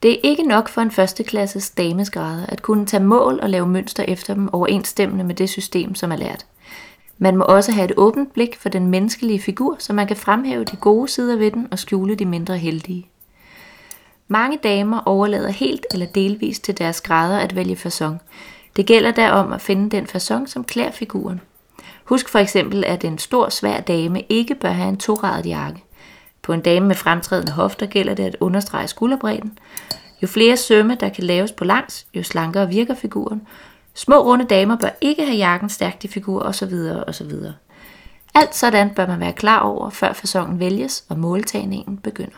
Det er ikke nok for en førsteklasses dameskrædder at kunne tage mål og lave mønster efter dem overensstemmende med det system, som er lært. Man må også have et åbent blik for den menneskelige figur, så man kan fremhæve de gode sider ved den og skjule de mindre heldige. Mange damer overlader helt eller delvis til deres skrædder at vælge facon. Det gælder derom at finde den facon, som klæder figuren. Husk for eksempel, at en stor, svær dame ikke bør have en toradet jakke. På en dame med fremtrædende hofter gælder det at understrege skulderbredden. Jo flere sømme, der kan laves på langs, jo slankere virker figuren. Små runde damer bør ikke have jakken stærkt i figur osv. osv. Alt sådan bør man være klar over, før faconen vælges og måltagningen begynder.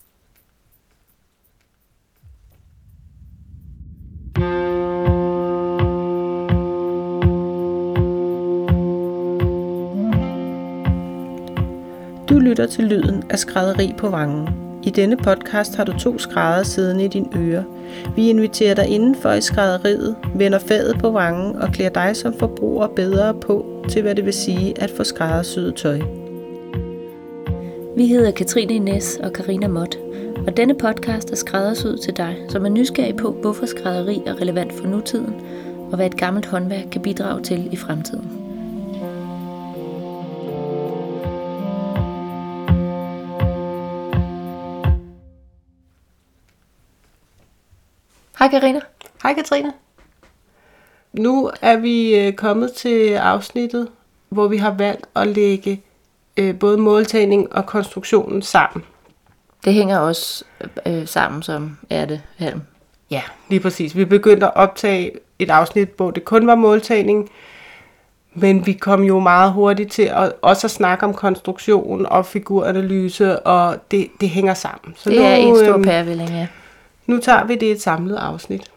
Du lytter til lyden af skrædderi på Vangen. I denne podcast har du 2 skrædder siddende i dine ører. Vi inviterer dig indenfor i skrædderiet, vender fadet på Vangen og klæder dig som forbruger bedre på til, hvad det vil sige at få skræddersyet tøj. Vi hedder Katrine Ines og Karina Mott, og denne podcast er skræddersyet til dig, som er nysgerrig på, hvorfor skrædderi er relevant for nutiden, og hvad et gammelt håndværk kan bidrage til i fremtiden. Hej Karina. Hej Katrine. Nu er vi kommet til afsnittet, hvor vi har valgt at lægge både måltagning og konstruktionen sammen. Det hænger også sammen som ærtehalm. Ja, lige præcis. Vi begyndte at optage et afsnit, hvor det kun var måltagning, men vi kom jo meget hurtigt til også at snakke om konstruktion og figuranalyse, og det hænger sammen. Så det er en stor pærevælling, ja. Nu tager vi det i et samlet afsnit.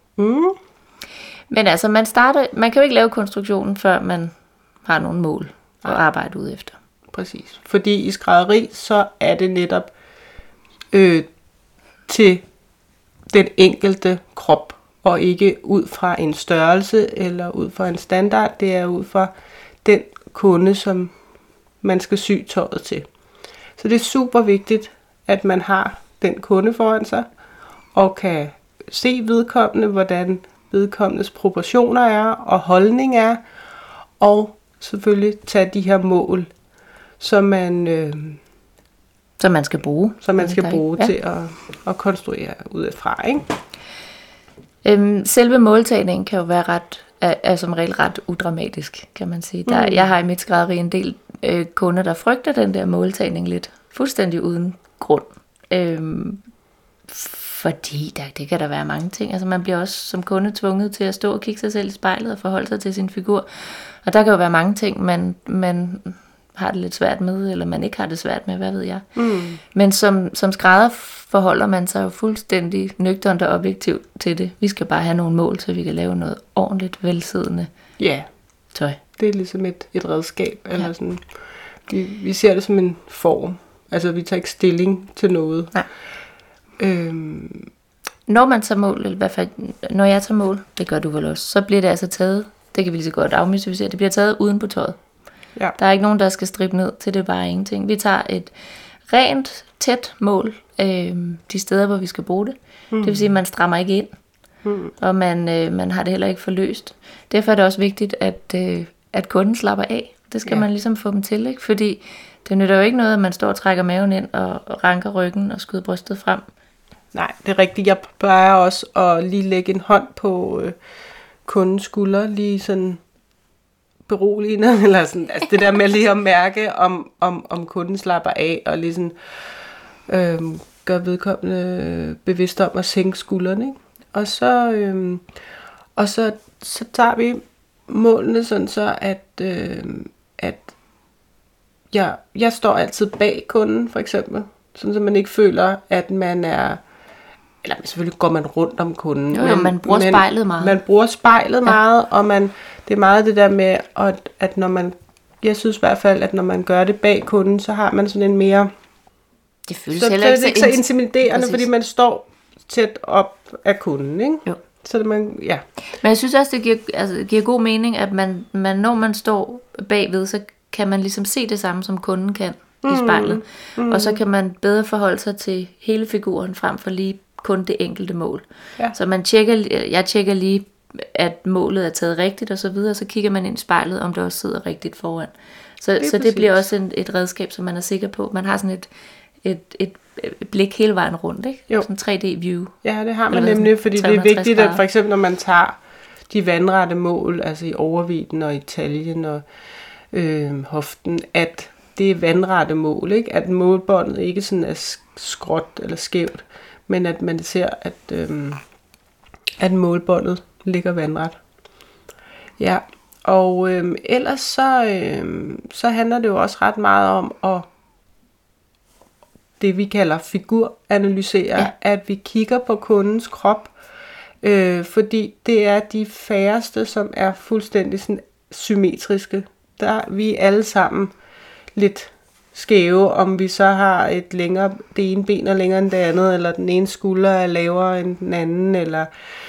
Men altså, man kan jo ikke lave konstruktionen, før man har nogle mål at arbejde ud efter. Præcis. Fordi i skrædderi, så er det netop til den enkelte krop, og ikke ud fra en størrelse eller ud fra en standard. Det er ud fra den kunde, som man skal sy tøjet til. Så det er super vigtigt, at man har den kunde foran sig, og kan se vedkommende, hvordan vedkommendes proportioner er, og holdning er, og selvfølgelig tage de her mål, som man skal bruge. Som man skal bruge til at konstruere ud fra, ikke? Selve måltagningen kan jo være er som regel ret udramatisk, kan man sige. Jeg har i mit skrædderi en del kunder, der frygter den der måltagning lidt, fuldstændig uden grund. Fordi det kan der være mange ting. Altså man bliver også som kunde tvunget til at stå og kigge sig selv i spejlet og forholde sig til sin figur. Og der kan jo være mange ting, man har det lidt svært med, eller man ikke har det svært med, hvad ved jeg. Men som skrædder forholder man sig jo fuldstændig nøgternt og objektivt til det. Vi skal bare have nogle mål, så vi kan lave noget ordentligt velsiden tøj. Det er ligesom et redskab. Eller sådan. Vi ser det som en form. Altså vi tager ikke stilling til noget. Nej. Når man tager mål, eller i hvert fald når jeg tager mål, det gør du vel også, så bliver det altså taget, det kan vi lige så godt afmystificere, det bliver taget uden på tøjet. Ja. Der er ikke nogen, der skal strippe ned til det bare ingenting. Vi tager et rent, tæt mål de steder, hvor vi skal bruge det. Det vil sige, at man strammer ikke ind, og man har det heller ikke forløst. Derfor er det også vigtigt, at kunden slapper af. Det skal man ligesom få dem til, ikke? Fordi det nytter jo ikke noget, at man står og trækker maven ind og ranker ryggen og skyder brystet frem. Nej, det er rigtigt. Jeg plejer også at lige lægge en hånd på kundens skulder, lige sådan beroligende, eller sådan, altså det der med lige at mærke, om kunden slapper af, og lige sådan, gør vedkommende bevidst om at sænke skuldrene, ikke? Og så tager vi målene sådan så, at jeg står altid bag kunden, for eksempel, sådan så man ikke føler, at man er, eller selvfølgelig går man rundt om kunden. Jo, man bruger spejlet meget. Man bruger spejlet meget, og det er meget det der med, at når man, jeg synes i hvert fald, at når man gør det bag kunden, så har man sådan en mere, det føles heller ikke så intimiderende, fordi man står tæt op af kunden, ikke? Jo. Så det Men jeg synes også, det giver god mening, at man, når man står bagved, så kan man ligesom se det samme, som kunden kan i spejlet. Og så kan man bedre forholde sig til hele figuren, frem for lige kun det enkelte mål. Ja. Så jeg tjekker lige, at målet er taget rigtigt og så videre, så kigger man ind i spejlet, om det også sidder rigtigt foran. Så det bliver også et redskab, som man er sikker på. Man har sådan et blik hele vejen rundt, ikke? Jo. Sådan 3D-view. Ja, det har man nemlig, fordi det er vigtigt, at for eksempel når man tager de vandrette mål, altså i overvidden og i taljen og hoften, at det er vandrette mål, ikke? At målbåndet ikke sådan er skråt eller skævt, men at man ser, at målbåndet ligger vandret. Ja, og ellers så handler det jo også ret meget om at det vi kalder figuranalysere, at vi kigger på kundens krop, fordi det er de færreste, som er fuldstændig sådan symmetriske. Vi er alle sammen lidt skæve, om vi så har det ene ben er længere end det andet, eller den ene skulder er lavere end den anden, eller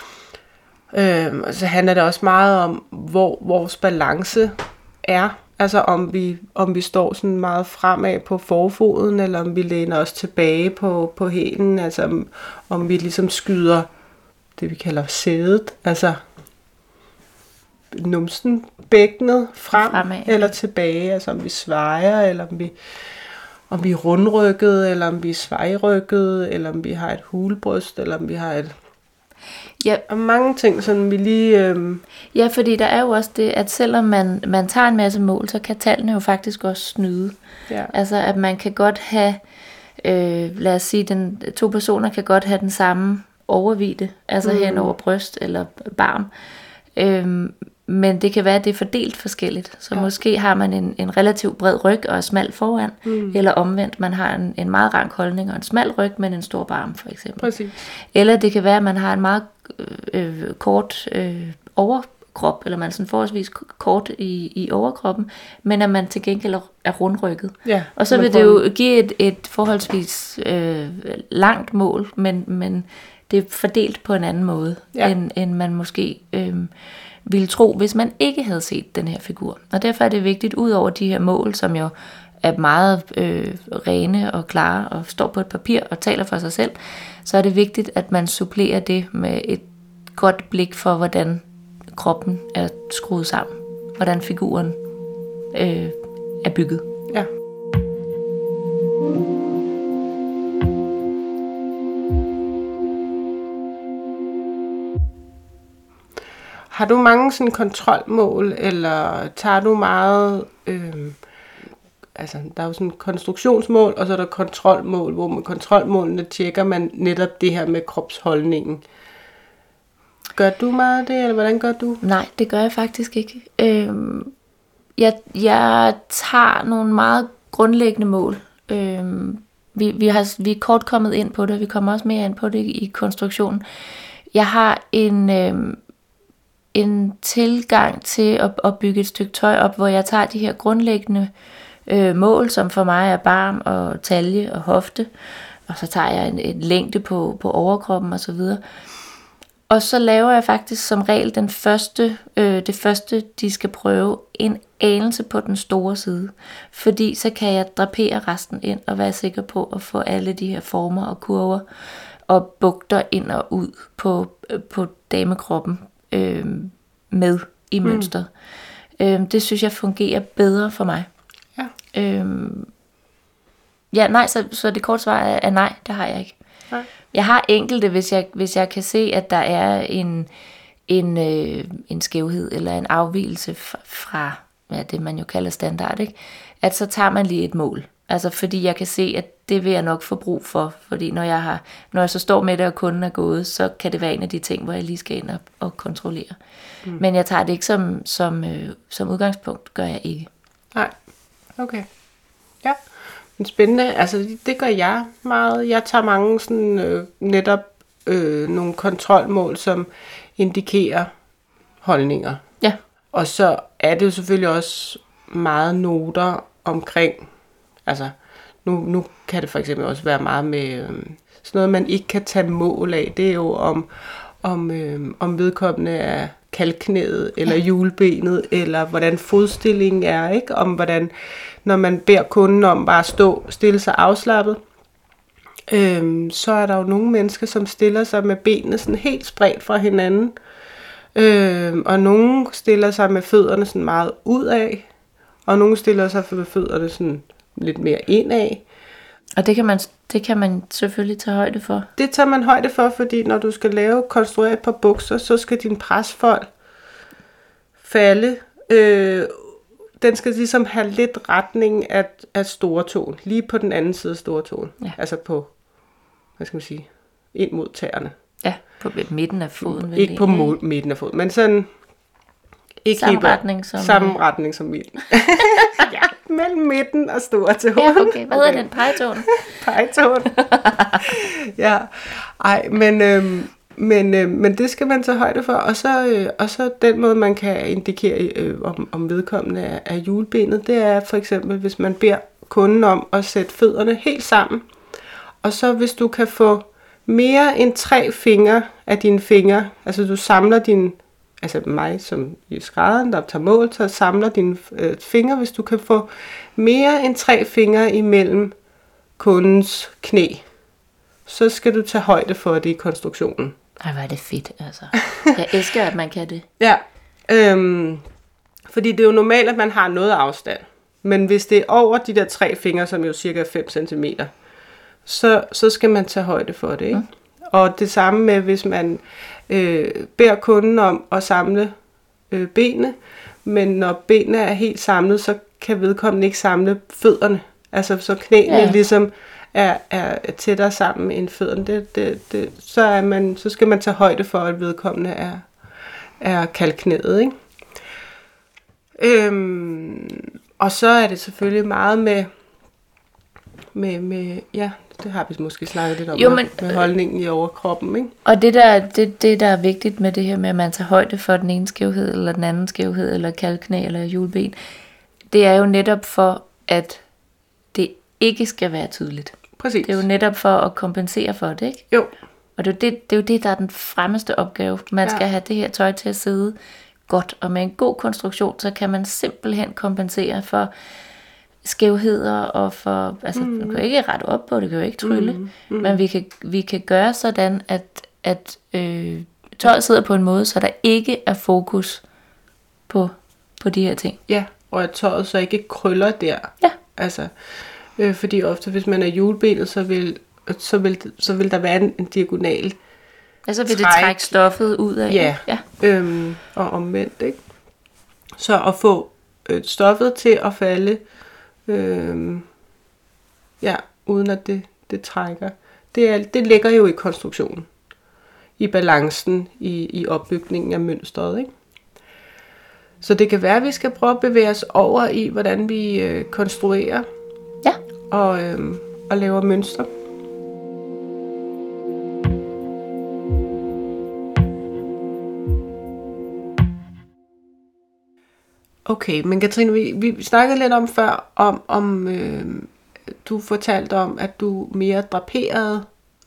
så handler det også meget om, hvor vores balance er. Altså om vi står sådan meget fremad på forfoden, eller om vi læner os tilbage på hælen, altså om vi ligesom skyder det vi kalder sædet, altså numsen, bækkenet fremad eller tilbage, altså om vi svejer, eller om vi er rundrykket, eller om vi er svejrykket, eller om vi har et hulbryst, eller om vi har og mange ting, sådan vi lige... Ja, fordi der er jo også det, at selvom man tager en masse mål, så kan tallene jo faktisk også snyde. Ja. Altså, at man kan godt have, lad os sige, to personer kan godt have den samme overvidde, altså hen over bryst eller barm. Men det kan være, at det er fordelt forskelligt. Så måske har man en relativt bred ryg og er smal foran, eller omvendt, man har en meget rank holdning og en smal ryg, men en stor barm for eksempel. Præcis. Eller det kan være, at man har en meget kort overkrop, eller man er sådan forholdsvis kort i overkroppen, men at man til gengæld er rundrykket. Ja, og så vil det jo give et forholdsvis langt mål, men det er fordelt på en anden måde, end man måske ville tro, hvis man ikke havde set den her figur. Og derfor er det vigtigt, ud over de her mål, som jo er meget rene og klare, og står på et papir og taler for sig selv, så er det vigtigt, at man supplerer det med et godt blik for, hvordan kroppen er skruet sammen. Hvordan figuren er bygget. Ja. Har du mange sådan kontrolmål, eller tager du meget... Altså, der er jo sådan konstruktionsmål, og så er der kontrolmål, hvor med kontrolmålene tjekker man netop det her med kropsholdningen. Gør du meget af det, eller hvordan gør du? Nej, det gør jeg faktisk ikke. Jeg tager nogle meget grundlæggende mål. Vi er kort kommet ind på det, vi kommer også mere ind på det i konstruktionen. Jeg har en tilgang til at bygge et stykke tøj op, hvor jeg tager de her grundlæggende mål, som for mig er barm og talje og hofte, og så tager jeg en længde på overkroppen og så videre. Og så laver jeg faktisk som regel det første, de skal prøve, en anelse på den store side. Fordi så kan jeg drapere resten ind og være sikker på at få alle de her former og kurver og bugter ind og ud på damekroppen med i mønstret. Det synes jeg fungerer bedre for mig. Ja. Nej, så det korte svar er nej, det har jeg ikke. Nej. Jeg har enkelte, hvis jeg kan se, at der er en skævhed eller en afvigelse fra det, man jo kalder standard, ikke? At så tager man lige et mål. Altså fordi jeg kan se, at det vil jeg nok få brug for, fordi når jeg så står med det, og kunden er gået, så kan det være en af de ting, hvor jeg lige skal ind og kontrollere. Men jeg tager det ikke som udgangspunkt, gør jeg ikke. Nej, okay. Ja, men spændende. Altså det gør jeg meget. Jeg tager mange sådan netop nogle kontrolmål, som indikerer holdninger. Ja. Og så er det jo selvfølgelig også meget noter omkring, altså nu kan det for eksempel også være meget med sådan noget, man ikke kan tage mål af. Det er jo om vedkommende er kalknæet eller hjulbenet, eller hvordan fodstillingen er, ikke? Om hvordan, når man beder kunden om bare at stille sig afslappet, Så er der jo nogle mennesker, som stiller sig med benene sådan helt spredt fra hinanden. Og nogle stiller sig med fødderne sådan meget udad, og nogle stiller sig med fødderne sådan lidt mere indad. Og det kan man selvfølgelig tage højde for. Det tager man højde for, fordi når du skal konstruere et par bukser, så skal din presfold falde. Den skal ligesom have lidt retning af stortåen, lige på den anden side af stortåen. Ja. Altså på, hvad skal man sige, ind mod tæerne. Ja, på midten af foden. Ikke på midten af foden, men sådan ikke samme retning som... Samme retning som midten. Ja, mellem midten og stortåen. Ja, okay. Hvad hedder den? Pegetåen? Pegetåen. Ja, ej, men det skal man tage højde for. Og så den måde, man kan indikere, om vedkommende er hjulbenet, det er for eksempel, hvis man beder kunden om at sætte fødderne helt sammen. Og så hvis du kan få mere end 3 fingre af dine fingre, altså du samler dine, altså mig som i skrædderen, der tager mål, så samler dine fingre, hvis du kan få mere end 3 fingre imellem kundens knæ, så skal du tage højde for det i konstruktionen. Ej, hvor er det fedt, altså. Jeg elsker, at man kan det. Ja, fordi det er jo normalt, at man har noget afstand. Men hvis det er over de der 3 fingre, som er jo cirka 5 cm, så skal man tage højde for det, ikke? Og det samme med, hvis man beder kunden om at samle benene, men når benene er helt samlet, så kan vedkommende ikke samle fødderne. Altså så knæene ligesom er tættere sammen end fødderne. Så skal man tage højde for, at vedkommende er kalknæet, ikke? Og så er det selvfølgelig meget med ja, det har vi måske snakket lidt om, med holdningen i overkroppen, ikke? Og det der er vigtigt med det her med, at man tager højde for den ene skævhed, eller den anden skævhed, eller kalknæ, eller hjulben, det er jo netop for, at det ikke skal være tydeligt. Præcis. Det er jo netop for at kompensere for det, ikke? Jo. Og det er jo det, der er den fremmeste opgave. Man skal have det her tøj til at sidde godt, og med en god konstruktion, så kan man simpelthen kompensere for skævheder, og for, altså, du kan ikke rette op på det, kan jo ikke trylle, men vi kan gøre sådan, at tøjet sidder på en måde, så der ikke er fokus på de her ting. Ja, og at tøjet så ikke krøller der. Ja. Altså, fordi ofte, hvis man er hjulbenet, så vil der være en diagonal. Altså vil det trække stoffet ud af. Ja. Og omvendt, ikke? Så at få stoffet til at falde, uden at det trækker. Det ligger jo i konstruktionen. I balancen, i opbygningen af mønstret, ikke? Så det kan være, at vi skal prøve at bevæge os over i, hvordan vi konstruerer og laver mønstre. Okay, men Katrine, vi snakkede lidt om før, om du fortalte om, at du mere draperede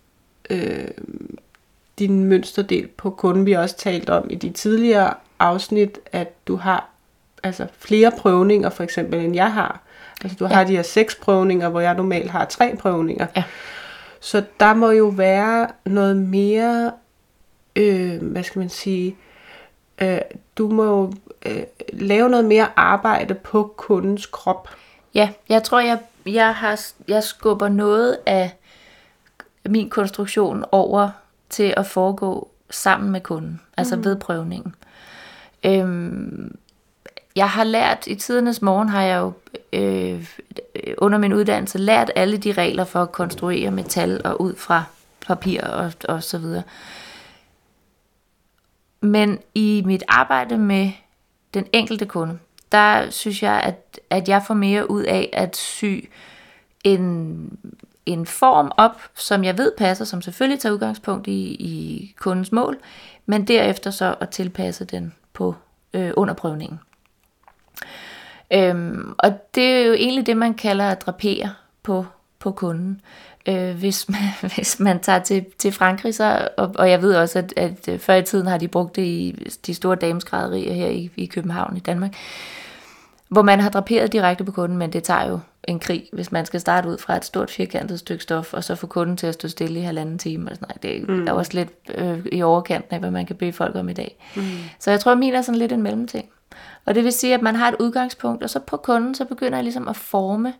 din mønsterdel på kunden. Vi har også talt om i de tidligere afsnit, at du har altså flere prøvninger for eksempel, end jeg har. Altså du har de her 6 prøvninger, hvor jeg normalt har 3 prøvninger. Ja. Så der må jo være noget mere, hvad skal man sige, du må jo lave noget mere arbejde på kundens krop. Ja, jeg tror, jeg skubber noget af min konstruktion over til at foregå sammen med kunden, altså ved prøvningen. Jeg har lært, i tidernes morgen har jeg jo under min uddannelse lært alle de regler for at konstruere metal og ud fra papir og så videre. Men i mit arbejde med den enkelte kunde, der synes jeg, at jeg får mere ud af at sy en form op, som jeg ved passer, som selvfølgelig tager udgangspunkt i kundens mål, men derefter så at tilpasse den på underprøvningen. Og det er jo egentlig det, man kalder at drapere på kunden. Hvis man tager til Frankrig, så, og jeg ved også, at før i tiden har de brugt det i de store dameskrædderier her i København i Danmark, hvor man har draperet direkte på kunden, men det tager jo en krig, hvis man skal starte ud fra et stort firkantet stykke stof, og så få kunden til at stå stille i 1,5 time. Eller sådan noget. Det er også lidt i overkanten af, hvad man kan bede folk om i dag. Så jeg tror, at min er sådan lidt en mellemting. Og det vil sige, at man har et udgangspunkt, og så på kunden, så begynder jeg ligesom at forme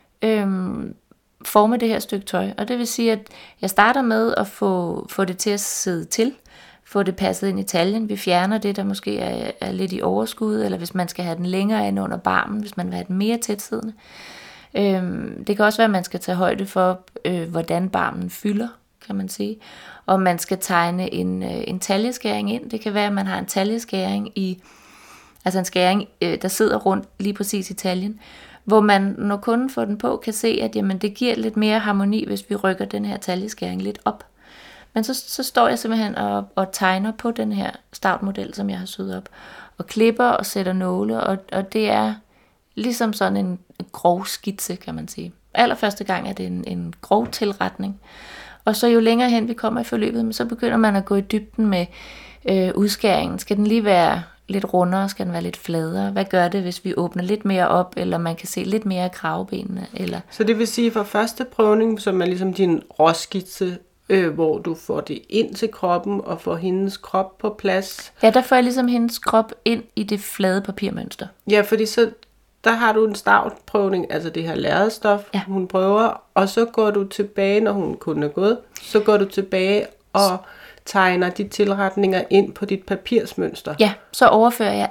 det her stykke tøj. Og det vil sige, at jeg starter med at få det til at sidde til, få det passet ind i taljen. Vi fjerner det, der måske er lidt i overskud, eller hvis man skal have den længere ind under barmen, hvis man vil have den mere tætsiddende. Det kan også være, at man skal tage højde for, hvordan barmen fylder, kan man sige. Og man skal tegne en taljeskæring ind. Det kan være, at man har en taljeskæring altså en skæring, der sidder rundt lige præcis i taljen, hvor man, når kunden får den på, kan se, at jamen, det giver lidt mere harmoni, hvis vi rykker den her taljeskæring lidt op. Men så står jeg simpelthen og tegner på den her stavtmodel, som jeg har syet op, og klipper og sætter nåle, og det er ligesom sådan en grov skitse, kan man sige. Allerførste gang er det en grov tilretning, og så jo længere hen vi kommer i forløbet, så begynder man at gå i dybden med udskæringen. Skal den lige være lidt rundere, skal den være lidt fladere? Hvad gør det, hvis vi åbner lidt mere op, eller man kan se lidt mere af kravebenene? Eller? Så det vil sige, for første prøvning, som er ligesom din råskitse, hvor du får det ind til kroppen og får hendes krop på plads. Ja, der får jeg ligesom hendes krop ind i det flade papirmønster. Ja, fordi så der har du en stavtprøvning, altså det her lærredstof, hun prøver, og så går du tilbage, når hun kun er gået, så går du tilbage og tegner de tilretninger ind på dit papirsmønster. Ja, så overfører jeg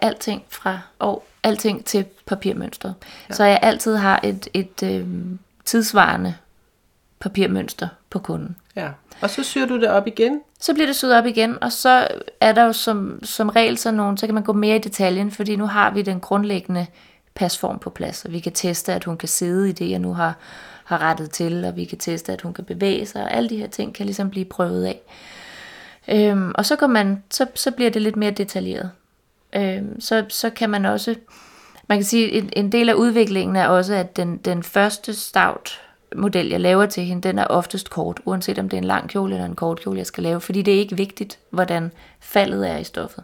alting til papirmønstret. Ja. Så jeg altid har et tidsvarende papirmønster på kunden. Ja, og så syr du det op igen? Så bliver det syet op igen, og så er der jo som regel sådan nogle, så kan man gå mere i detaljen, fordi nu har vi den grundlæggende pasform på plads, og vi kan teste, at hun kan sidde i det, jeg nu har rettet til, og vi kan teste, at hun kan bevæge sig, og alle de her ting kan ligesom blive prøvet af. Og så bliver det lidt mere detaljeret. Så kan man også, man kan sige, en del af udviklingen er også, at den første stavtmodel, jeg laver til hende, den er oftest kort, uanset om det er en lang kjole eller en kort kjole, jeg skal lave, fordi det er ikke vigtigt, hvordan faldet er i stoffet.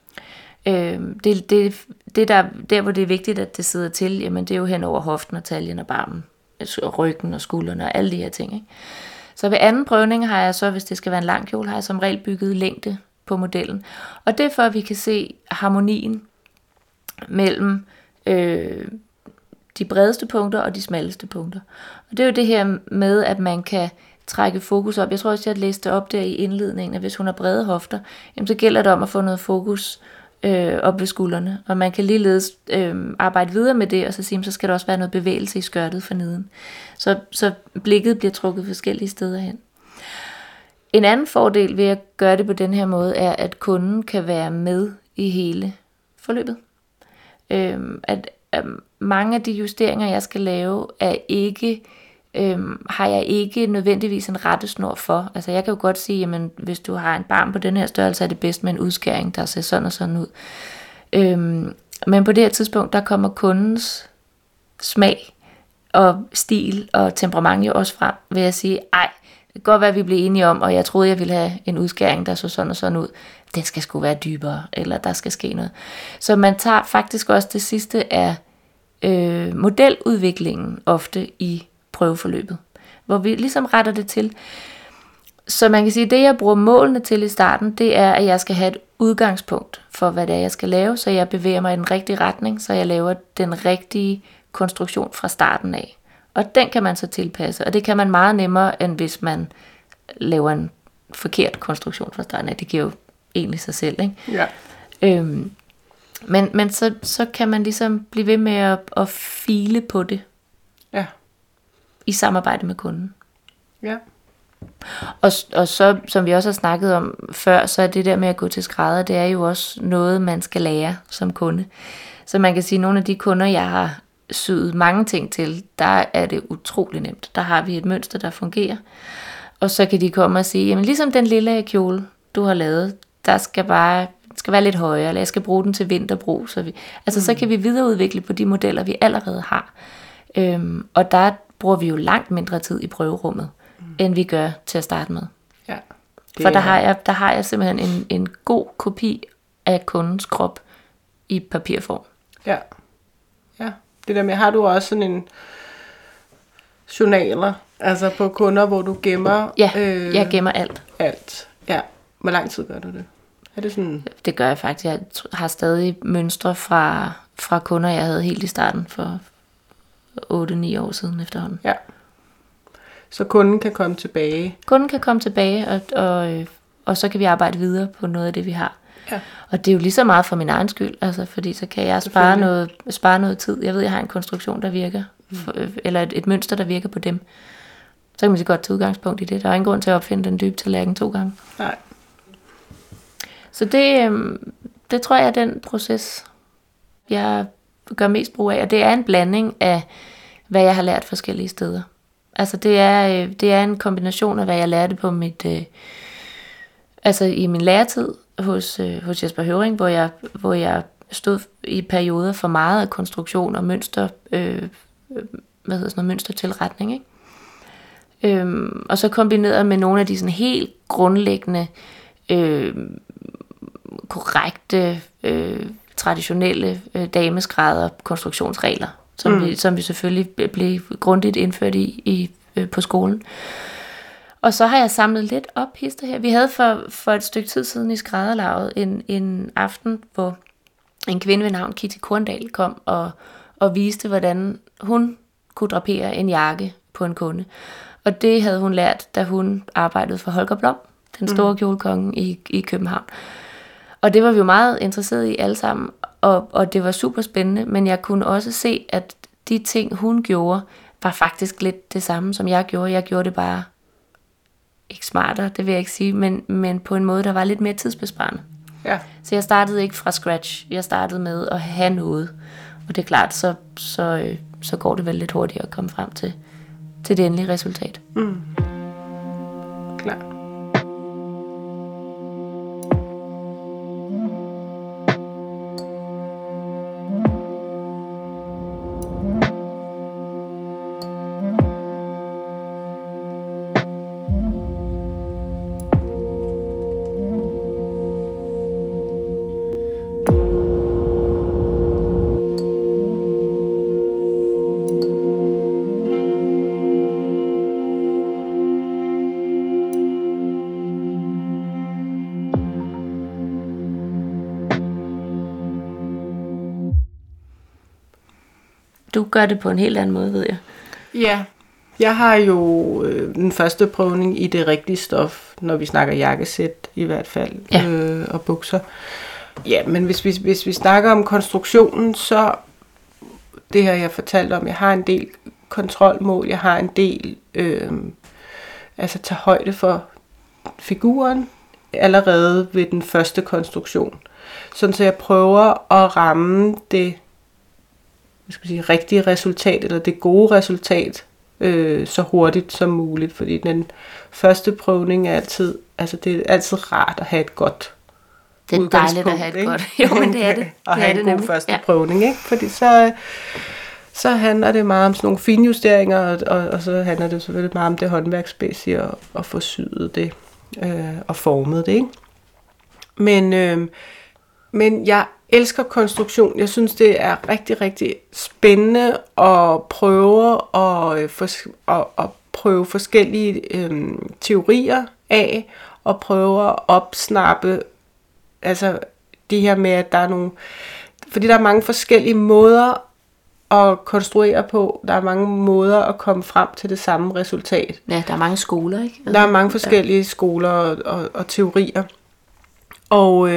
Der hvor det er vigtigt, at det sidder til, jamen det er jo hen over hoften og taljen og barmen, og ryggen og skuldrene og alle de her ting, ikke? Så ved anden prøvning har jeg så, hvis det skal være en lang kjole, har jeg som regel bygget længde på modellen. Og det er for, at vi kan se harmonien mellem de bredeste punkter og de smalleste punkter. Og det er jo det her med, at man kan trække fokus op. Jeg tror også, jeg læste op der i indledningen, at hvis hun har brede hofter, jamen, så gælder det om at få noget fokus op ved skuldrene. Og man kan ligeledes arbejde videre med det, og så sige, så skal der også være noget bevægelse i skørtet for neden. Så blikket bliver trukket forskellige steder hen. En anden fordel ved at gøre det på den her måde, er, at kunden kan være med i hele forløbet. At mange af de justeringer, jeg skal lave, har jeg ikke nødvendigvis en rettesnor for. Altså jeg kan jo godt sige, jamen hvis du har en barm på den her størrelse, er det bedst med en udskæring, der ser sådan og sådan ud. Men på det her tidspunkt, der kommer kundens smag og stil og temperament jo også frem, ved at sige, ej, det kan godt være, at vi blev enige om, og jeg troede, jeg ville have en udskæring, der så sådan og sådan ud. Den skal sgu være dybere, eller der skal ske noget. Så man tager faktisk også det sidste af modeludviklingen ofte i prøveforløbet, hvor vi ligesom retter det til. Så man kan sige, at det jeg bruger målene til i starten, det er, at jeg skal have et udgangspunkt for, hvad det er, jeg skal lave, så jeg bevæger mig i den rigtige retning, så jeg laver den rigtige konstruktion fra starten af. Og den kan man så tilpasse, og det kan man meget nemmere, end hvis man laver en forkert konstruktion fra starten af. Det giver jo egentlig sig selv, ikke? Ja. Men så kan man ligesom blive ved med at file på det. Ja. I samarbejde med kunden. Ja. Og så, som vi også har snakket om før, så er det der med at gå til skrædder, det er jo også noget, man skal lære som kunde. Så man kan sige, at nogle af de kunder, jeg har syet mange ting til, der er det utrolig nemt. Der har vi et mønster, der fungerer. Og så kan de komme og sige, jamen ligesom den lille kjole, du har lavet, der skal være lidt højere, eller jeg skal bruge den til vinterbrug. Så kan vi videreudvikle på de modeller, vi allerede har. Og der bruger vi jo langt mindre tid i prøverummet, end vi gør til at starte med. Ja, for der har jeg simpelthen en god kopi af kundens krop i papirform. Ja. Ja, det der med, har du også sådan en journaler, altså på kunder, hvor du gemmer... Ja, jeg gemmer alt. Alt, ja. Hvor lang tid gør du det? Er det sådan... Det gør jeg faktisk. Jeg har stadig mønstre fra kunder, jeg havde helt i starten for 8-9 år siden efterhånden. Ja. Så kunden kan komme tilbage. Kunden kan komme tilbage, og så kan vi arbejde videre på noget af det, vi har. Ja. Og det er jo lige så meget for min egen skyld, altså, fordi så kan jeg spare noget tid. Jeg ved, jeg har en konstruktion, der virker, eller et mønster, der virker på dem. Så kan man så godt tage udgangspunkt i det. Der er ingen grund til at opfinde den dybe tallerken 2 gange. Nej. Så det tror jeg er den proces, jeg gør mest brug af. Og det er en blanding af, hvad jeg har lært forskellige steder. Altså det er en kombination af, hvad jeg lærte på i min læretid hos Jesper Høring, hvor jeg stod i perioder for meget af konstruktion og mønster, mønstertilretning, ikke? Og så kombineret med nogle af de sådan helt grundlæggende, korrekte, traditionelle dameskrædder konstruktionsregler, som vi selvfølgelig blev grundigt indført på skolen. Og så har jeg samlet lidt op hister her. Vi havde for et stykke tid siden i skrædderlaget en aften, hvor en kvinde ved navn Kitty Korndal kom og viste, hvordan hun kunne drapere en jakke på en kunde. Og det havde hun lært, da hun arbejdede for Holger Blom, den store kjolekonge i København. Og det var vi jo meget interesserede i alle sammen, og det var super spændende, men jeg kunne også se, at de ting, hun gjorde, var faktisk lidt det samme, som jeg gjorde. Jeg gjorde det bare ikke smartere, det vil jeg ikke sige, men på en måde, der var lidt mere tidsbesparende. Ja. Så jeg startede ikke fra scratch. Jeg startede med at have noget. Og det er klart, så går det vel lidt hurtigere at komme frem til det endelige resultat. Klar. Du gør det på en helt anden måde, ved jeg. Ja, jeg har jo den første prøvning i det rigtige stof, når vi snakker jakkesæt i hvert fald, og bukser. Ja, men hvis vi snakker om konstruktionen, så det her jeg fortalt om, jeg har en del kontrolmål, jeg har en del tage højde for figuren allerede ved den første konstruktion. Sådan så jeg prøver at ramme det rigtige resultat, eller det gode resultat, så hurtigt som muligt, fordi den første prøvning er altid, det er altid rart at have et godt det er dejligt at have et godt. Jo, men det er det. Og have en god første prøvning, ikke? Fordi så handler det meget om sådan nogle finjusteringer, og så handler det selvfølgelig meget om det håndværksmæssige at få syet det og formet det, ikke? Men jeg elsker konstruktion. Jeg synes, det er rigtig, rigtig spændende at prøve at prøve forskellige teorier af, og prøve at opsnappe det her med, at der er nogle... Fordi der er mange forskellige måder at konstruere på. Der er mange måder at komme frem til det samme resultat. Ja, der er mange skoler, ikke? Der er mange forskellige skoler og teorier. Og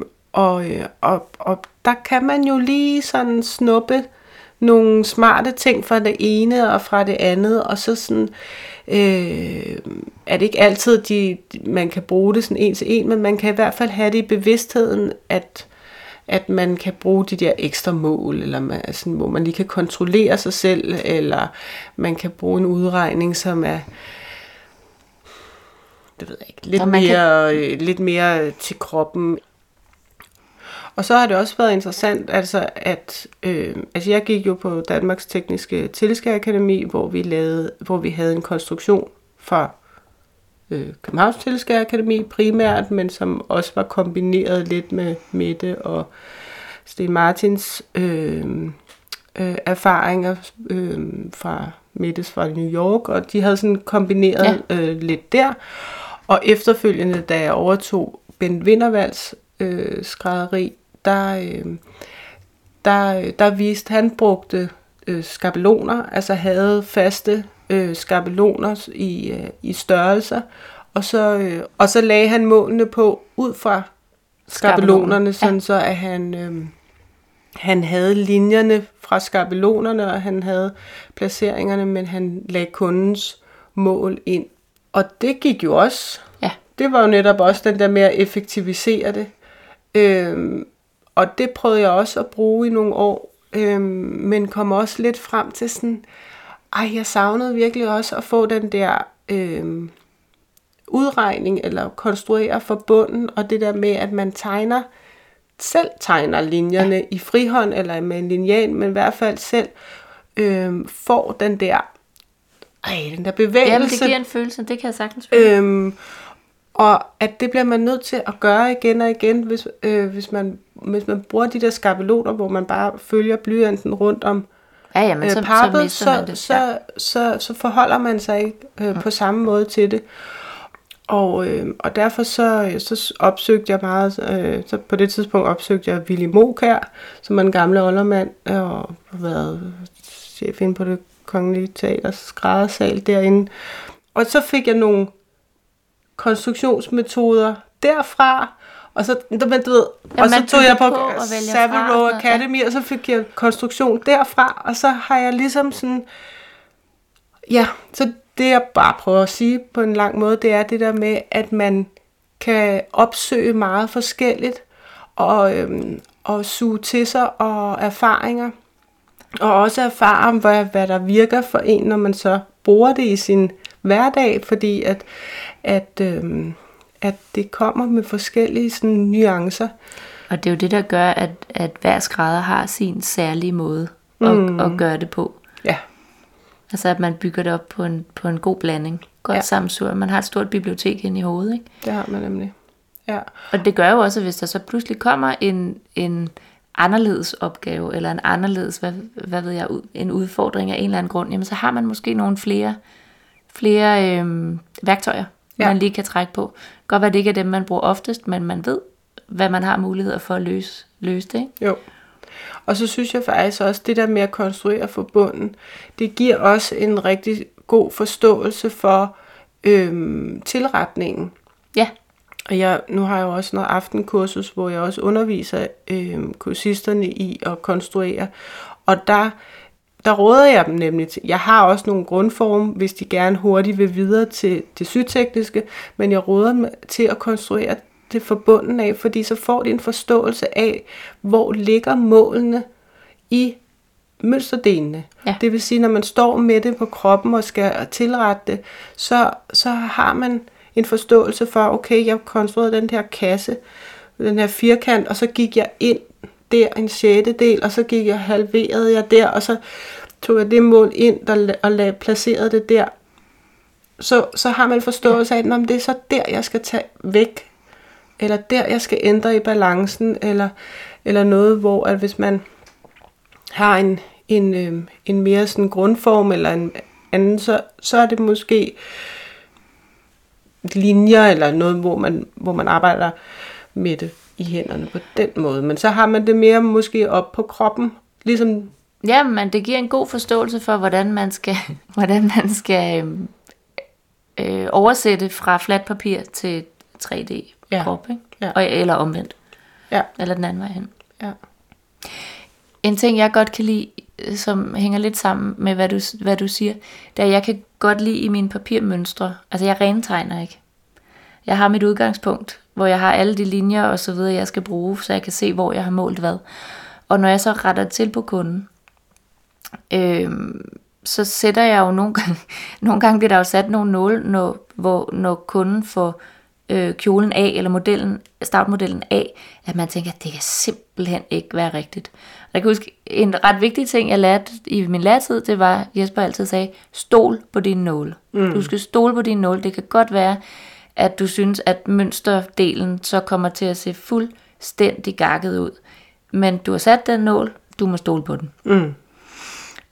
der kan man jo lige sådan snuppe nogle smarte ting fra det ene og fra det andet, og så sådan, er det ikke altid, man kan bruge det sådan en til en, men man kan i hvert fald have det i bevidstheden, at man kan bruge de der ekstra mål, eller hvor man lige kan kontrollere sig selv, eller man kan bruge en udregning, som er, det ved jeg ikke, lidt mere til kroppen. Og så har det også været interessant, at jeg gik jo på Danmarks Tekniske Tilskærerakademi, hvor vi havde en konstruktion fra Københavns Tilskærerakademi primært, men som også var kombineret lidt med Mette og Sten Martins erfaringer fra Mettes fra New York, og de havde sådan kombineret lidt der. Og efterfølgende, da jeg overtog Ben Wintervalds skrædderi, der viste, han brugte skabeloner, altså havde faste skabeloner i størrelser, og så lagde han målene på ud fra skabelonerne, sådan så at han havde linjerne fra skabelonerne, og han havde placeringerne, men han lagde kundens mål ind. Og det gik jo også. Ja. Det var jo netop også den der med at effektivisere det. Og det prøvede jeg også at bruge i nogle år, men kom også lidt frem til sådan, jeg savnede virkelig også at få den der udregning, eller konstruere forbundet, og det der med, at man selv tegner linjerne i frihånd, eller med en lineal, men i hvert fald selv får den der bevægelse. Jamen, det giver en følelse, det kan jeg sagtens føle. Og at det bliver man nødt til at gøre igen og igen, hvis man bruger de der skabeloner, hvor man bare følger blyanten rundt om pappet, så forholder man sig ikke på samme måde til det. Og derfor så opsøgte jeg meget, så på det tidspunkt opsøgte jeg Willy Mokær, som er en gammel oldermand, og har været chef inde på Det Kongelige Teaters skræddersal derinde. Og så fik jeg nogle konstruktionsmetoder derfra, og så, og så tog jeg på Savile Row Academy, og så fik jeg konstruktion derfra, og så har jeg ligesom sådan, så det jeg bare prøver at sige på en lang måde, det er det der med, at man kan opsøge meget forskelligt, og suge til sig og erfaringer, og også erfare, hvad der virker for en, når man så bruger det i sin hverdag, fordi at det kommer med forskellige sådan, nuancer. Og det er jo det, der gør, at hver skrædder har sin særlige måde at gøre det på. Ja. Altså at man bygger det op på en god blanding. Godt sammensurium. Man har et stort bibliotek inde i hovedet, ikke? Det har man nemlig. Ja. Og det gør jo også, at hvis der så pludselig kommer en anderledes opgave, eller en anderledes, hvad ved jeg, en udfordring af en eller anden grund, jamen så har man måske nogle flere værktøjer, man lige kan trække på. Godt være, det ikke er dem, man bruger oftest, men man ved, hvad man har muligheder for at løse det, ikke? Jo. Og så synes jeg faktisk også, det der med at konstruere forbundet, det giver også en rigtig god forståelse for tilretningen. Ja. Og nu har jeg jo også noget aftenkursus, hvor jeg også underviser kursisterne i at konstruere. Og der råder jeg dem nemlig til. Jeg har også nogle grundformer, hvis de gerne hurtigt vil videre til det sytekniske, men jeg råder dem til at konstruere det forbundet af, fordi så får de en forståelse af, hvor ligger målene i mønsterdelene. Ja. Det vil sige, når man står med det på kroppen og skal tilrette det, så har man en forståelse for, okay, jeg konstruerede den her kasse, den her firkant, og så gik jeg ind der en 6/del, og så halverede jeg der, og så tog jeg det mål ind og placerede det der. Så har man forståelse af, at det er så der, jeg skal tage væk, eller der, jeg skal ændre i balancen, eller noget, hvor at hvis man har en mere sådan grundform, eller en anden, så er det måske linjer, eller noget, hvor man arbejder med det i hænderne på den måde. Men så har man det mere måske op på kroppen, ligesom. Ja, men det giver en god forståelse for, hvordan man skal oversætte fra fladt papir til 3D-krop, ikke? Ja. Eller omvendt. Ja. Eller den anden vej hen. Ja. En ting, jeg godt kan lide, som hænger lidt sammen med, hvad du siger, det er, jeg kan godt lide i mine papirmønstre, altså jeg rentegner ikke. Jeg har mit udgangspunkt, hvor jeg har alle de linjer og så videre, jeg skal bruge, så jeg kan se, hvor jeg har målt hvad. Og når jeg så retter til på kunden, så sætter jeg jo nogle gange bliver der jo sat nogle nåle, når kunden får kjolen af, eller startmodellen af, at man tænker, at det kan simpelthen ikke være rigtigt. Og jeg kan huske, en ret vigtig ting, jeg lærte i min læretid, det var, Jesper altid sagde, stol på dine nåle. Du skal stole på dine nåle. Det kan godt være, at du synes, at mønsterdelen så kommer til at se fuldstændig gakket ud. Men du har sat den nål, du må stole på den.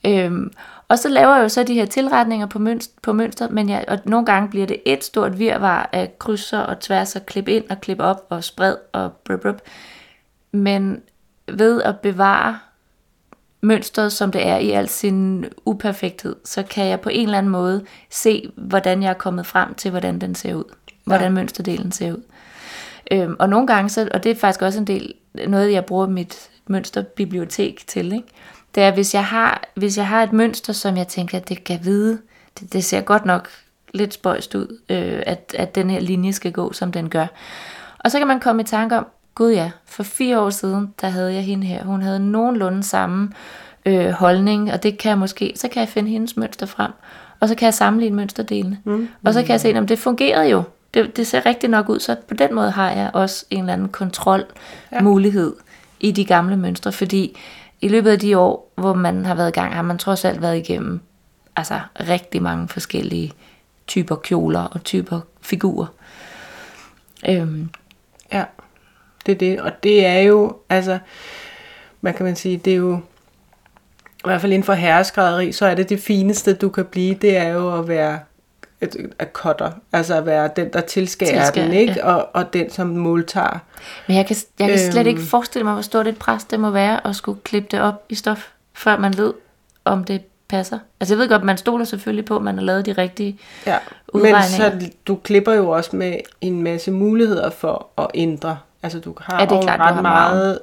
Og så laver jeg jo så de her tilretninger på mønstret, og nogle gange bliver det et stort virvar af krydser og tværser, klip ind og klip op og spred og brub. Men ved at bevare mønstret, som det er i al sin uperfekthed, så kan jeg på en eller anden måde se, hvordan jeg er kommet frem til, hvordan den ser ud. Hvordan mønsterdelen ser ud. Og nogle gange, og det er faktisk også noget, jeg bruger mit mønsterbibliotek til, ikke? Det er, hvis jeg har et mønster, som jeg tænker, at det kan vide, det ser godt nok lidt spøjst ud, at den her linje skal gå, som den gør. Og så kan man komme i tanke om, gud ja, for 4 år siden, der havde jeg hende her. Hun havde nogenlunde samme holdning, og det kan så kan jeg finde hendes mønster frem, og så kan jeg sammenligne mønsterdelene. Og så kan jeg se, om det fungerede jo. Det ser rigtig nok ud, så på den måde har jeg også en eller anden kontrolmulighed i de gamle mønstre, fordi i løbet af de år, hvor man har været i gang, har man trods alt været igennem rigtig mange forskellige typer kjoler og typer figurer. Ja, det er det. Og det er jo, hvad kan man sige, det er jo, i hvert fald inden for herreskrædderi, så er det fineste, du kan blive, det er jo at være at cutter, altså at være den, der tilskærer den, ikke? Ja. Og den, som måltager. Men jeg kan slet ikke forestille mig, hvor stort et pres det må være at skulle klippe det op i stof, før man ved, om det passer. Altså jeg ved godt, man stoler selvfølgelig på, at man har lavet de rigtige udregninger. Men så du klipper jo også med en masse muligheder for at ændre. Altså du har jo ret meget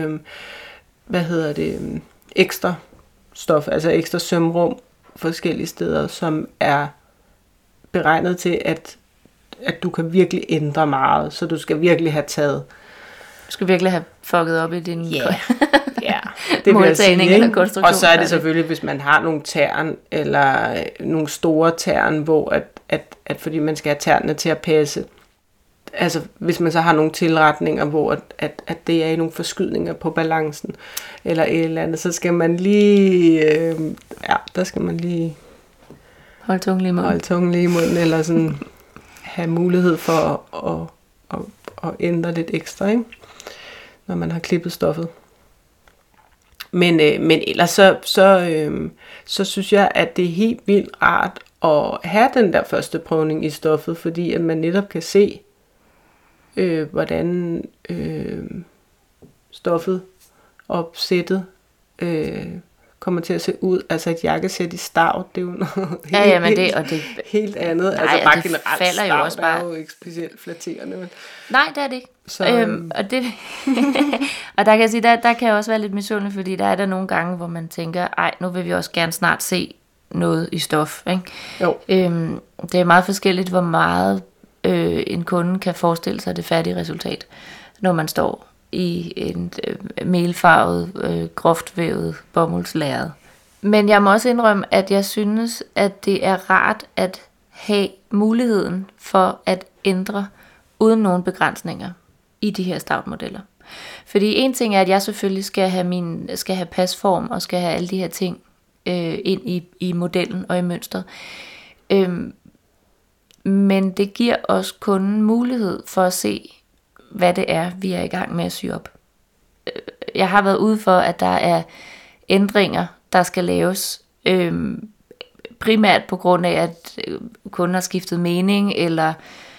ekstra stof, altså ekstra sømrum forskellige steder, som er beregnet til, at du kan virkelig ændre meget, så du skal virkelig have taget. Du skal virkelig have fucket op i din det måltagning eller konstruktion. Og så er det selvfølgelig, hvis man har nogle tern, eller nogle store tern, hvor at fordi man skal have ternene til at passe. Altså hvis man så har nogle tilretninger, hvor at det er i nogle forskydninger på balancen, eller et eller andet, så skal man lige, der skal man lige holde tungen lige i munden, eller sådan have mulighed for at ændre lidt ekstra, ikke? Når man har klippet stoffet. Men ellers så synes jeg, at det er helt vildt rart at have den der første prøvning i stoffet, fordi at man netop kan se, hvordan stoffet opsættet kommer til at se ud. Altså et jakkesæt i stav, det er jo noget helt andet. Nej, altså bare generelt falder stav jo også bare. Er jo ikke specielt flatterende. Men. Nej, det er det ikke. Så, og der kan jeg sige, der kan jeg også være lidt misundelig, fordi der er der nogle gange, hvor man tænker, nu vil vi også gerne snart se noget i stof. Ikke? Jo. Det er meget forskelligt, hvor meget en kunde kan forestille sig det færdige resultat, når man står i en melfarvet, groft vævet bomuldslærred. Men jeg må også indrømme, at jeg synes, at det er rart at have muligheden for at ændre uden nogen begrænsninger i de her stavtmodeller. Fordi en ting er, at jeg selvfølgelig skal have pasform og skal have alle de her ting ind i modellen og i mønstret. Men det giver os kunden mulighed for at se, hvad det er, vi er i gang med at sy op. Jeg har været ude for, at der er ændringer, der skal laves, primært på grund af, at kunden har skiftet mening, eller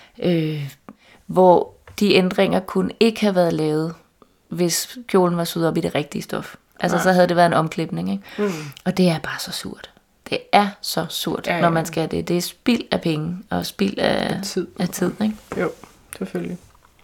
hvor de ændringer kunne ikke have været lavet, hvis kjolen var syet op i det rigtige stof. Altså så havde det været en omklipning, ikke? Og det er bare så surt. Det er så surt, når man skal det. Det er spild af penge og spild af tid, ikke? Jo, selvfølgelig.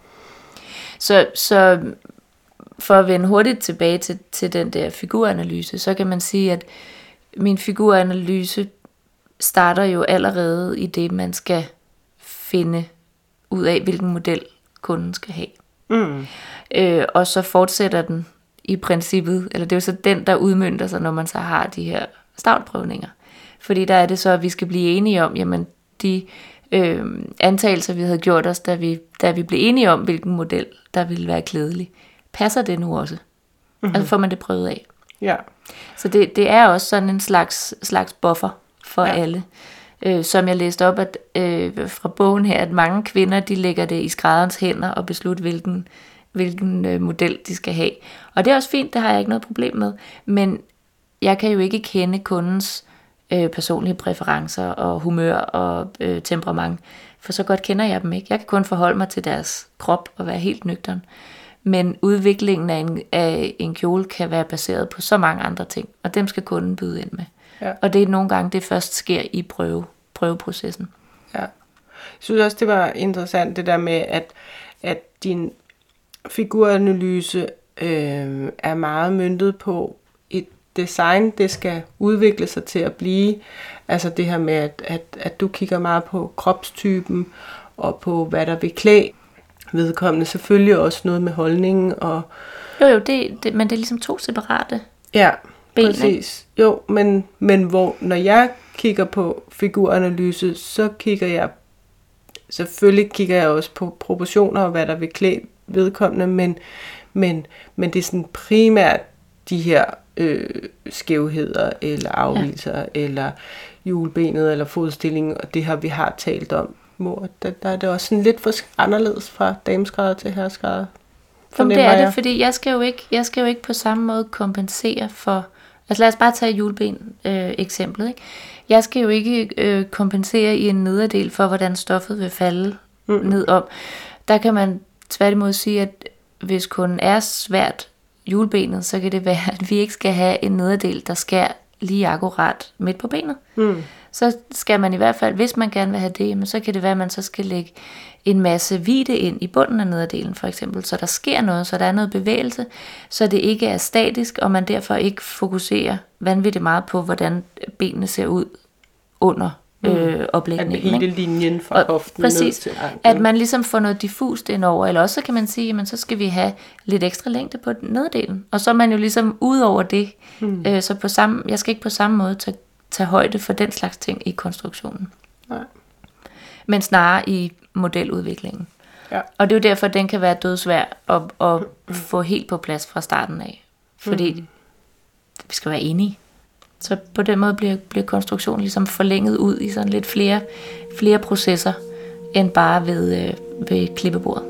Så for at vende hurtigt tilbage til den der figuranalyse, så kan man sige, at min figuranalyse starter jo allerede i det, man skal finde ud af, hvilken model kunden skal have. Og så fortsætter den i princippet, eller det er jo så den, der udmønter sig, når man så har de her stavtprøvninger. Fordi der er det så, at vi skal blive enige om, jamen de antagelser, vi havde gjort os, da vi blev enige om, hvilken model, der ville være klædelig. Passer det nu også? Altså får man det prøvet af. Ja. Så det er også sådan en slags buffer for alle. Som jeg læste op fra bogen her, at mange kvinder, de lægger det i skrædderens hænder og beslutter, hvilken model de skal have. Og det er også fint, det har jeg ikke noget problem med. Men jeg kan jo ikke kende kundens personlige præferencer og humør og temperament, for så godt kender jeg dem ikke. Jeg kan kun forholde mig til deres krop og være helt nøgtern. Men udviklingen af en kjole kan være baseret på så mange andre ting, og dem skal kunden byde ind med. Ja. Og det er nogle gange, det først sker i prøveprocessen. Ja. Jeg synes også, det var interessant, det der med, at din figuranalyse er meget møntet på et design, det skal udvikle sig til at blive. Altså det her med, at du kigger meget på kropstypen, og på hvad der vil klæde vedkommende. Selvfølgelig også noget med holdningen. Og Jo, men det er ligesom 2 separate ja, ben, præcis. Ikke? Jo, men hvor, når jeg kigger på figuranalyse, så selvfølgelig kigger jeg også på proportioner og hvad der vil klæde vedkommende, men det er sådan primært de her skævheder eller afvigelser eller hjulbenet eller fodstillingen, og det her vi har talt om, hvor der er det også sådan lidt anderledes fra dameskrædder til herreskrædder. Det er det, fordi jeg skal jo ikke på samme måde kompensere for, altså lad os bare tage hjulben eksemplet, ikke? Jeg skal jo ikke kompensere i en nederdel for, hvordan stoffet vil falde ned om. Der kan man tværtimod sige, at hvis kunden er svært hjulbenet, så kan det være, at vi ikke skal have en nederdel, der skærer lige akkurat midt på benet. Så skal man i hvert fald, hvis man gerne vil have det, så kan det være, at man så skal lægge en masse vidde ind i bunden af nederdelen for eksempel, så der sker noget, så der er noget bevægelse, så det ikke er statisk, og man derfor ikke fokuserer vanvittigt meget på, hvordan benene ser ud under oplægningen. At hele linjen fra hoften ned til anklen. At man ligesom får noget diffust indover, eller også så kan man sige, jamen så skal vi have lidt ekstra længde på nederdelen, og så er man jo ligesom ud over det, så jeg skal ikke på samme måde tage højde for den slags ting i konstruktionen. Nej. Men snarere i modeludviklingen. Ja. Og det er jo derfor, at den kan være dødsvær at få helt på plads fra starten af. Fordi vi skal være enige. Så på den måde bliver konstruktionen ligesom forlænget ud i sådan lidt flere processer, end bare ved klippebordet.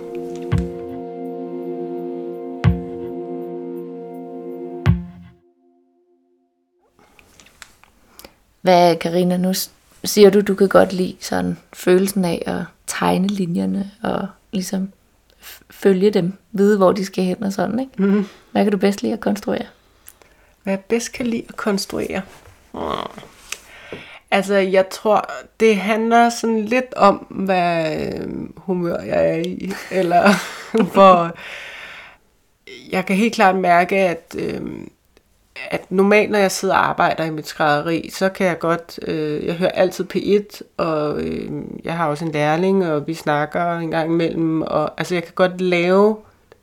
Hvad, Karina, nu siger du kan godt lide sådan følelsen af at tegne linjerne og ligesom følge dem, vide hvor de skal hen og sådan, ikke? Mm-hmm. Hvad kan du bedst lide at konstruere? Hvad jeg bedst kan lide at konstruere? Altså, jeg tror, det handler sådan lidt om, hvad humør jeg er i, eller hvor jeg kan helt klart mærke, at normalt, når jeg sidder og arbejder i mit skrædderi, så kan jeg godt, jeg hører altid P1, og jeg har også en lærling, og vi snakker en gang imellem, og altså jeg kan godt lave,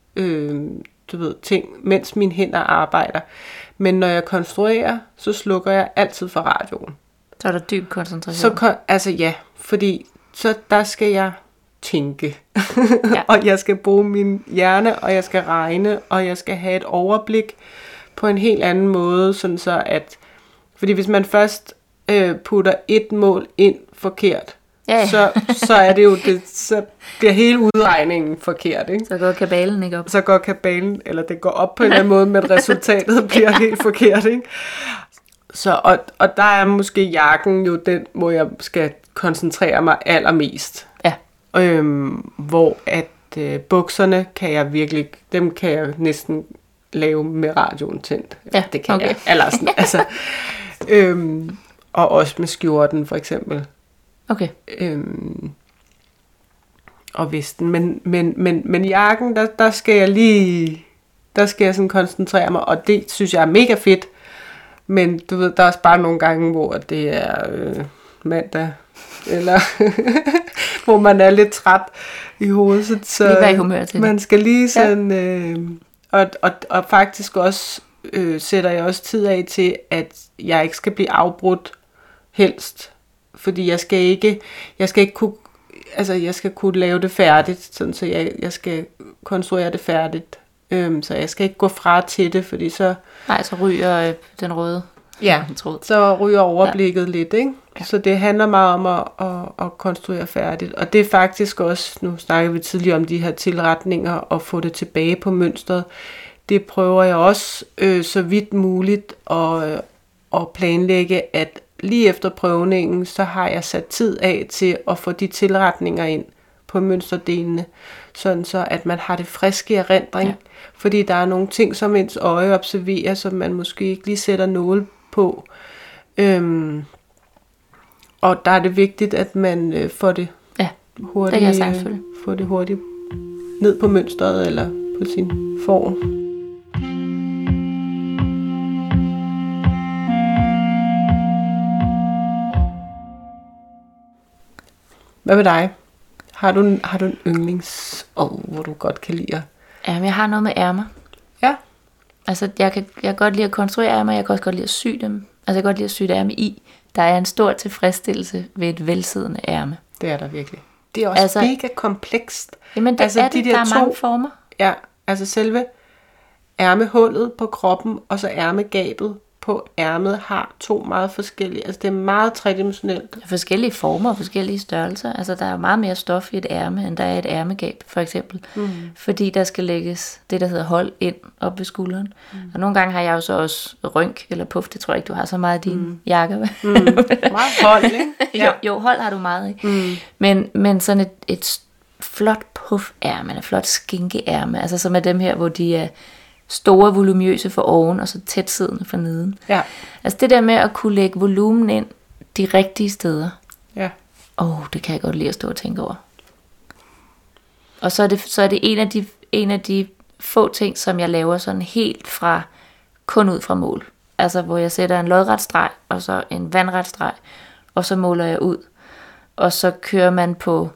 ting, mens mine hænder arbejder. Men når jeg konstruerer, så slukker jeg altid for radioen. Så er der dyb koncentration. Fordi så der skal jeg tænke, og jeg skal bruge min hjerne, og jeg skal regne, og jeg skal have et overblik på en helt anden måde, sådan så at, fordi hvis man først putter et mål ind forkert, så er det jo det, så bliver hele udregningen forkert, ikke? Så går kabalen ikke op. Så går kabalen, eller det går op på en eller anden måde, men resultatet bliver helt forkert, ikke? Så, og der er måske jakken jo den, hvor jeg skal koncentrere mig allermest. Ja. Hvor at bukserne kan jeg virkelig, dem kan jeg næsten lave med radioen tændt. Ja, det kan jeg. Eller sådan, altså, og også med skjorten for eksempel. Okay. Og vesten. Men jakken, der skal jeg sådan koncentrere mig, og det synes jeg er mega fedt. Men du ved, der er også bare nogle gange, hvor det er mandag, eller hvor man er lidt træt i hovedet. Så lige være i humør til man skal lige sådan, og faktisk også sætter jeg også tid af til, at jeg ikke skal blive afbrudt helst. Fordi jeg skal ikke kunne, altså jeg skal kunne lave det færdigt, sådan så jeg skal konstruere det færdigt. Så jeg skal ikke gå fra til det, fordi så... Nej, så ryger den røde tråd. Så ryger overblikket lidt, ikke? Ja. Så det handler meget om at konstruere færdigt. Og det er faktisk også, nu snakker vi tidligere om de her tilretninger, og få det tilbage på mønstret. det prøver jeg også så vidt muligt at planlægge, at lige efter prøvningen, så har jeg sat tid af til at få de tilretninger ind på mønsterdelene, sådan så at man har det friske i erindring. Ja. Fordi der er nogle ting, som ens øje observerer, som man måske ikke lige sætter nåle på. Og der er det vigtigt, at man får det hurtigt ned på mønstret eller på sin form. Hvad med dig? Har du en yndlings, hvor du godt kan lide? Jamen, jeg har noget med ærmer. Ja. Altså, jeg kan godt lide at konstruere ærmer, jeg kan også godt lide at sy dem. Altså, jeg kan godt lide at sy et ærme i. Der er en stor tilfredsstillelse ved et velsiddende ærme. Det er der virkelig. Det er også mega komplekst. Jamen, det er det. Der er mange former. Ja, altså selve ærmehullet på kroppen, og så ærmegabet på ærmet har 2 meget forskellige, altså det er meget tredimensionelt. Forskellige former og forskellige størrelser. Altså der er meget mere stof i et ærme, end der er i et ærmegab, for eksempel. Fordi der skal lægges det, der hedder hold ind op ved skulderen. Og nogle gange har jeg jo så også rynk eller puff, det tror jeg ikke, du har så meget i dine jakker. Meget hold, ikke? Ja. Jo, hold har du meget i. Men sådan et flot puff-ærme, eller flot skinkeærme, altså som er dem her, hvor de er store, volumøse for oven, og så tætsiddende for neden. Ja. Altså det der med at kunne lægge volumen ind de rigtige steder. Ja. Det kan jeg godt lide at stå og tænke over. Og så er det en af de få ting, som jeg laver sådan helt fra, kun ud fra mål. Altså hvor jeg sætter en lodret streg, og så en vandret streg, og så måler jeg ud. Og så kører man på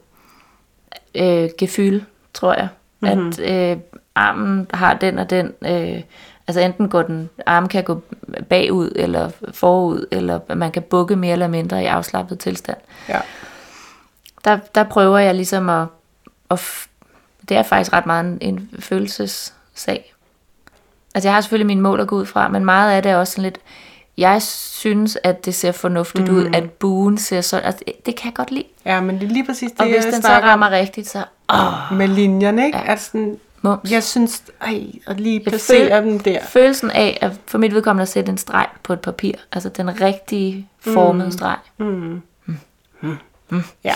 gefyl, tror jeg. At armen har den og den, altså enten armen kan gå bagud eller forud, eller man kan bukke mere eller mindre i afslappet tilstand. Ja. Der prøver jeg ligesom at det er faktisk ret meget en følelsessag. Altså jeg har selvfølgelig mine mål at gå ud fra, men meget af det er også sådan lidt, jeg synes, at det ser fornuftigt ud, at buen ser sådan, altså det kan jeg godt lide. Ja, men det er lige præcis det, og hvis den så rammer rigtigt, så med linjerne, ikke? Ja. Altså, jeg synes, at lige placere dem der. Følelsen af, at for mit vedkommende at sætte en streg på et papir, altså den rigtige formede streg. Ja.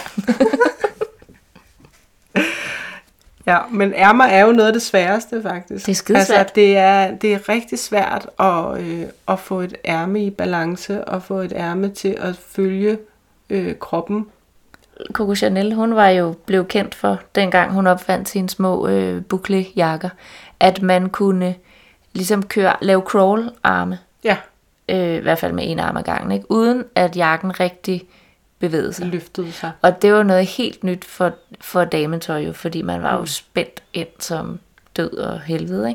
Ja, men ærmer er jo noget af det sværeste, faktisk. Det er skidesvært. Altså, det er rigtig svært at få et ærme i balance, og få et ærme til at følge kroppen. Coco Chanel, hun var jo blevet kendt for, dengang hun opfandt sine små bouclé-jakker, at man kunne ligesom lave crawl-arme. Ja. I hvert fald med en arm ad gangen, ikke? Uden at jakken rigtig bevægede sig. Løftede sig. Og det var noget helt nyt for dametøj jo, fordi man var jo spændt ind som død og helvede,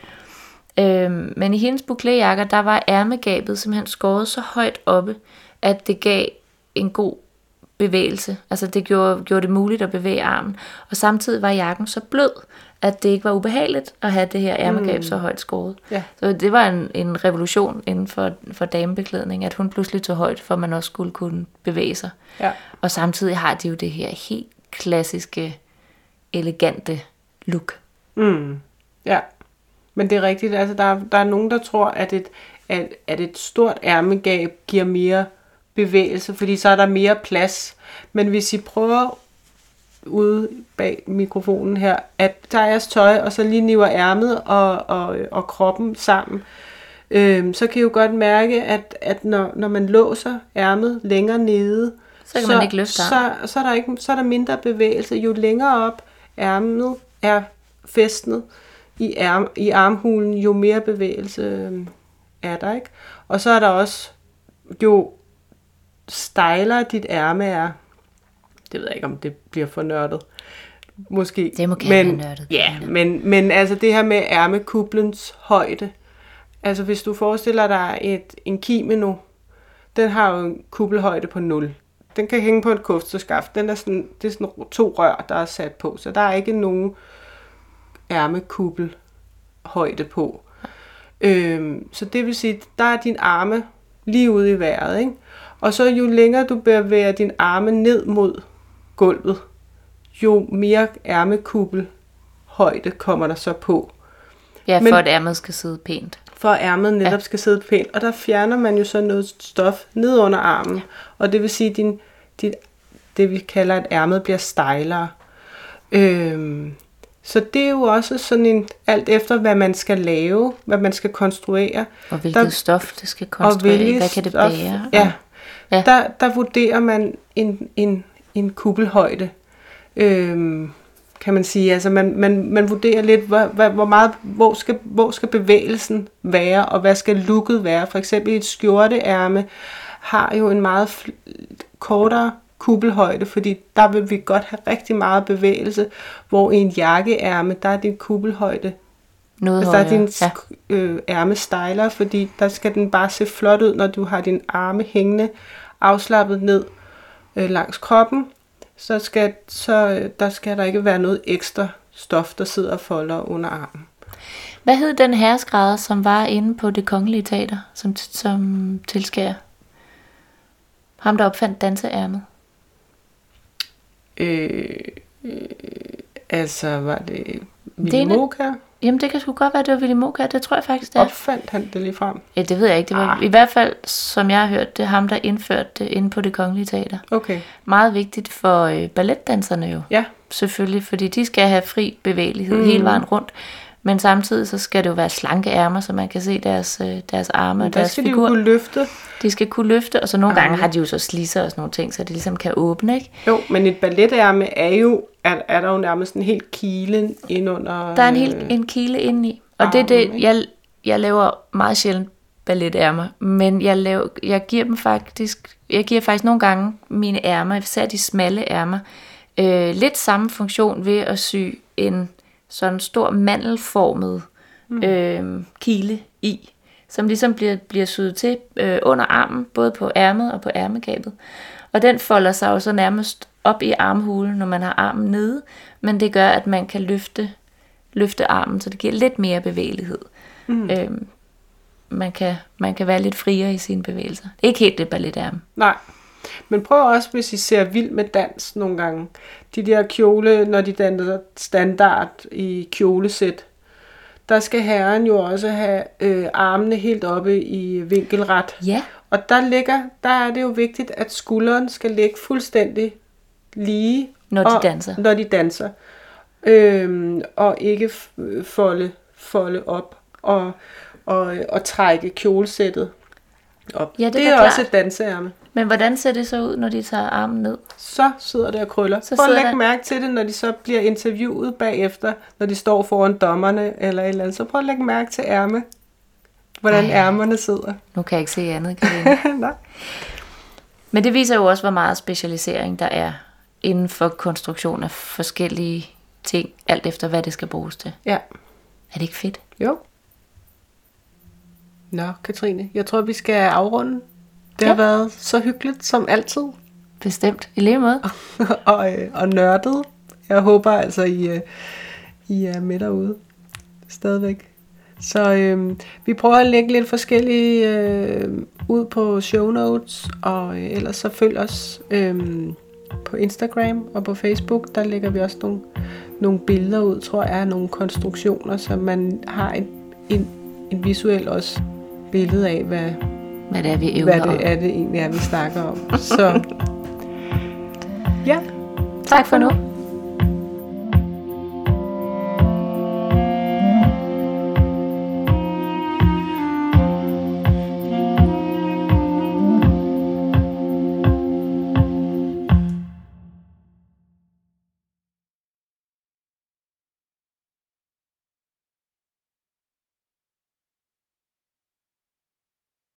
ikke? Men i hendes bouclé-jakker, der var ærmegabet simpelthen skåret så højt oppe, at det gav en god bevægelse. Altså det gjorde det muligt at bevæge armen. Og samtidig var jakken så blød, at det ikke var ubehageligt at have det her ærmegab så højt skåret. Ja. Så det var en revolution inden for damebeklædning, at hun pludselig tog højt, for man også skulle kunne bevæge sig. Ja. Og samtidig har de jo det her helt klassiske, elegante look. Ja, men det er rigtigt. Altså der er nogen, der tror, at et stort ærmegab giver mere bevægelse, fordi så er der mere plads. Men hvis I prøver ude bag mikrofonen her, at tage jeres tøj, og så lige niver ærmet og kroppen sammen, så kan I jo godt mærke, at når man låser ærmet længere nede, så kan man ikke løfte så er der mindre bevægelse. Jo længere op ærmet er fæstnet i armhulen, jo mere bevægelse er der, ikke? Og så er der også, jo stejlere dit ærme er, det ved jeg ikke, om det bliver for nørdet. Måske. Det må gerne være nørdet. Ja, men altså det her med ærmekublens højde. Altså hvis du forestiller dig en kimono, den har jo en kubbelhøjde på 0. Den kan hænge på et kosteskaft. Det er sådan 2 rør, der er sat på, så der er ikke nogen ærmekubbelhøjde på. Så det vil sige, der er din arme lige ude i vejret, ikke? Og så jo længere du bevæger din arme ned mod gulvet, jo mere ærmekubbel højde kommer der så på. Ja, for at ærmet skal sidde pænt. For at ærmet netop skal sidde pænt. Og der fjerner man jo så noget stof ned under armen. Og det vil sige, det vi kalder, at ærmet bliver stejlere. Så det er jo også sådan en, alt efter hvad man skal lave, hvad man skal konstruere. Og hvilket stof det skal konstruere, hvad kan det bære? Ja. Der vurderer man en kuppelhøjde, kan man sige. Altså man vurderer lidt, hvor meget, hvor skal bevægelsen være, og hvad skal looket være. For eksempel et skjorteærme har jo en meget kortere kuppelhøjde, fordi der vil vi godt have rigtig meget bevægelse, hvor i en jakkeærme, der er din kuppelhøjde noget højere. Der er din ærme stejler, fordi der skal den bare se flot ud, når du har din arme hængende afslappet ned langs kroppen, så skal der ikke være noget ekstra stof, der sidder og folder under armen. Hvad hed den herreskrædder, som var inde på Det Kongelige Teater, som tilskærer? Ham, der opfandt danseærmet? Altså, var det Willy Moka? Jamen, det kan sgu godt være, det var Willy Moka. Det tror jeg faktisk, det er. Opfandt han det lige frem? Ja, det ved jeg ikke. Det var i hvert fald, som jeg har hørt, det er ham, der indførte det inde på Det Kongelige Teater. Okay. Meget vigtigt for balletdanserne jo. Ja. Selvfølgelig, fordi de skal have fri bevægelighed hele vejen rundt. Men samtidig så skal det jo være slanke ærmer, så man kan se deres arme og deres figur. Der skal de jo kunne løfte. De skal kunne løfte, og så nogle gange har de jo så slisser og sådan nogle ting, så det ligesom kan åbne, ikke? Jo, men et balletærme er der jo nærmest en helt kile indunder. Der er en kile indeni, og det er det, jeg laver meget sjældent balletærmer, men jeg giver faktisk nogle gange mine ærmer, især de smalle ærmer, lidt samme funktion ved at sy en sådan stor mandelformet kile i, som ligesom bliver syet til under armen, både på ærmet og på ærmegabet. Og den folder sig jo så nærmest op i armhulen, når man har armen nede, men det gør, at man kan løfte armen, så det giver lidt mere bevægelighed. Man kan være lidt friere i sine bevægelser. Det er ikke helt det balletærme. Nej. Men prøv også, hvis I ser Vild med Dans nogle gange. De der kjole, når de danser standard i kjolesæt, der skal herren jo også have armene helt oppe i vinkelret. Ja. Og der er det jo vigtigt, at skulderen skal ligge fuldstændig lige, når de danser. Og ikke folde op og trække kjolesættet op. Ja, det er også et danseærme. Men hvordan ser det så ud, når de tager armen ned? Så sidder det og krøller. Prøv at lægge mærke til det, når de så bliver interviewet bagefter, når de står foran dommerne eller et eller andet. Så prøv at lægge mærke til ærme. Hvordan ærmerne sidder. Nu kan jeg ikke se andet, Katrine. Nej. Men det viser jo også, hvor meget specialisering der er inden for konstruktion af forskellige ting, alt efter hvad det skal bruges til. Ja. Er det ikke fedt? Jo. Nå, Katrine, jeg tror, vi skal afrunde. Det har været så hyggeligt som altid. Bestemt. I lige måde. og nørdet. Jeg håber altså, I er med derude. Stadigvæk. Så vi prøver at lægge lidt forskellige ud på show notes. Og ellers så følg os på Instagram og på Facebook. Der lægger vi også nogle billeder ud, tror jeg. Nogle konstruktioner, så man har en visuel også billede af, hvad det egentlig er, vi snakker om. Så ja. Tak for nu.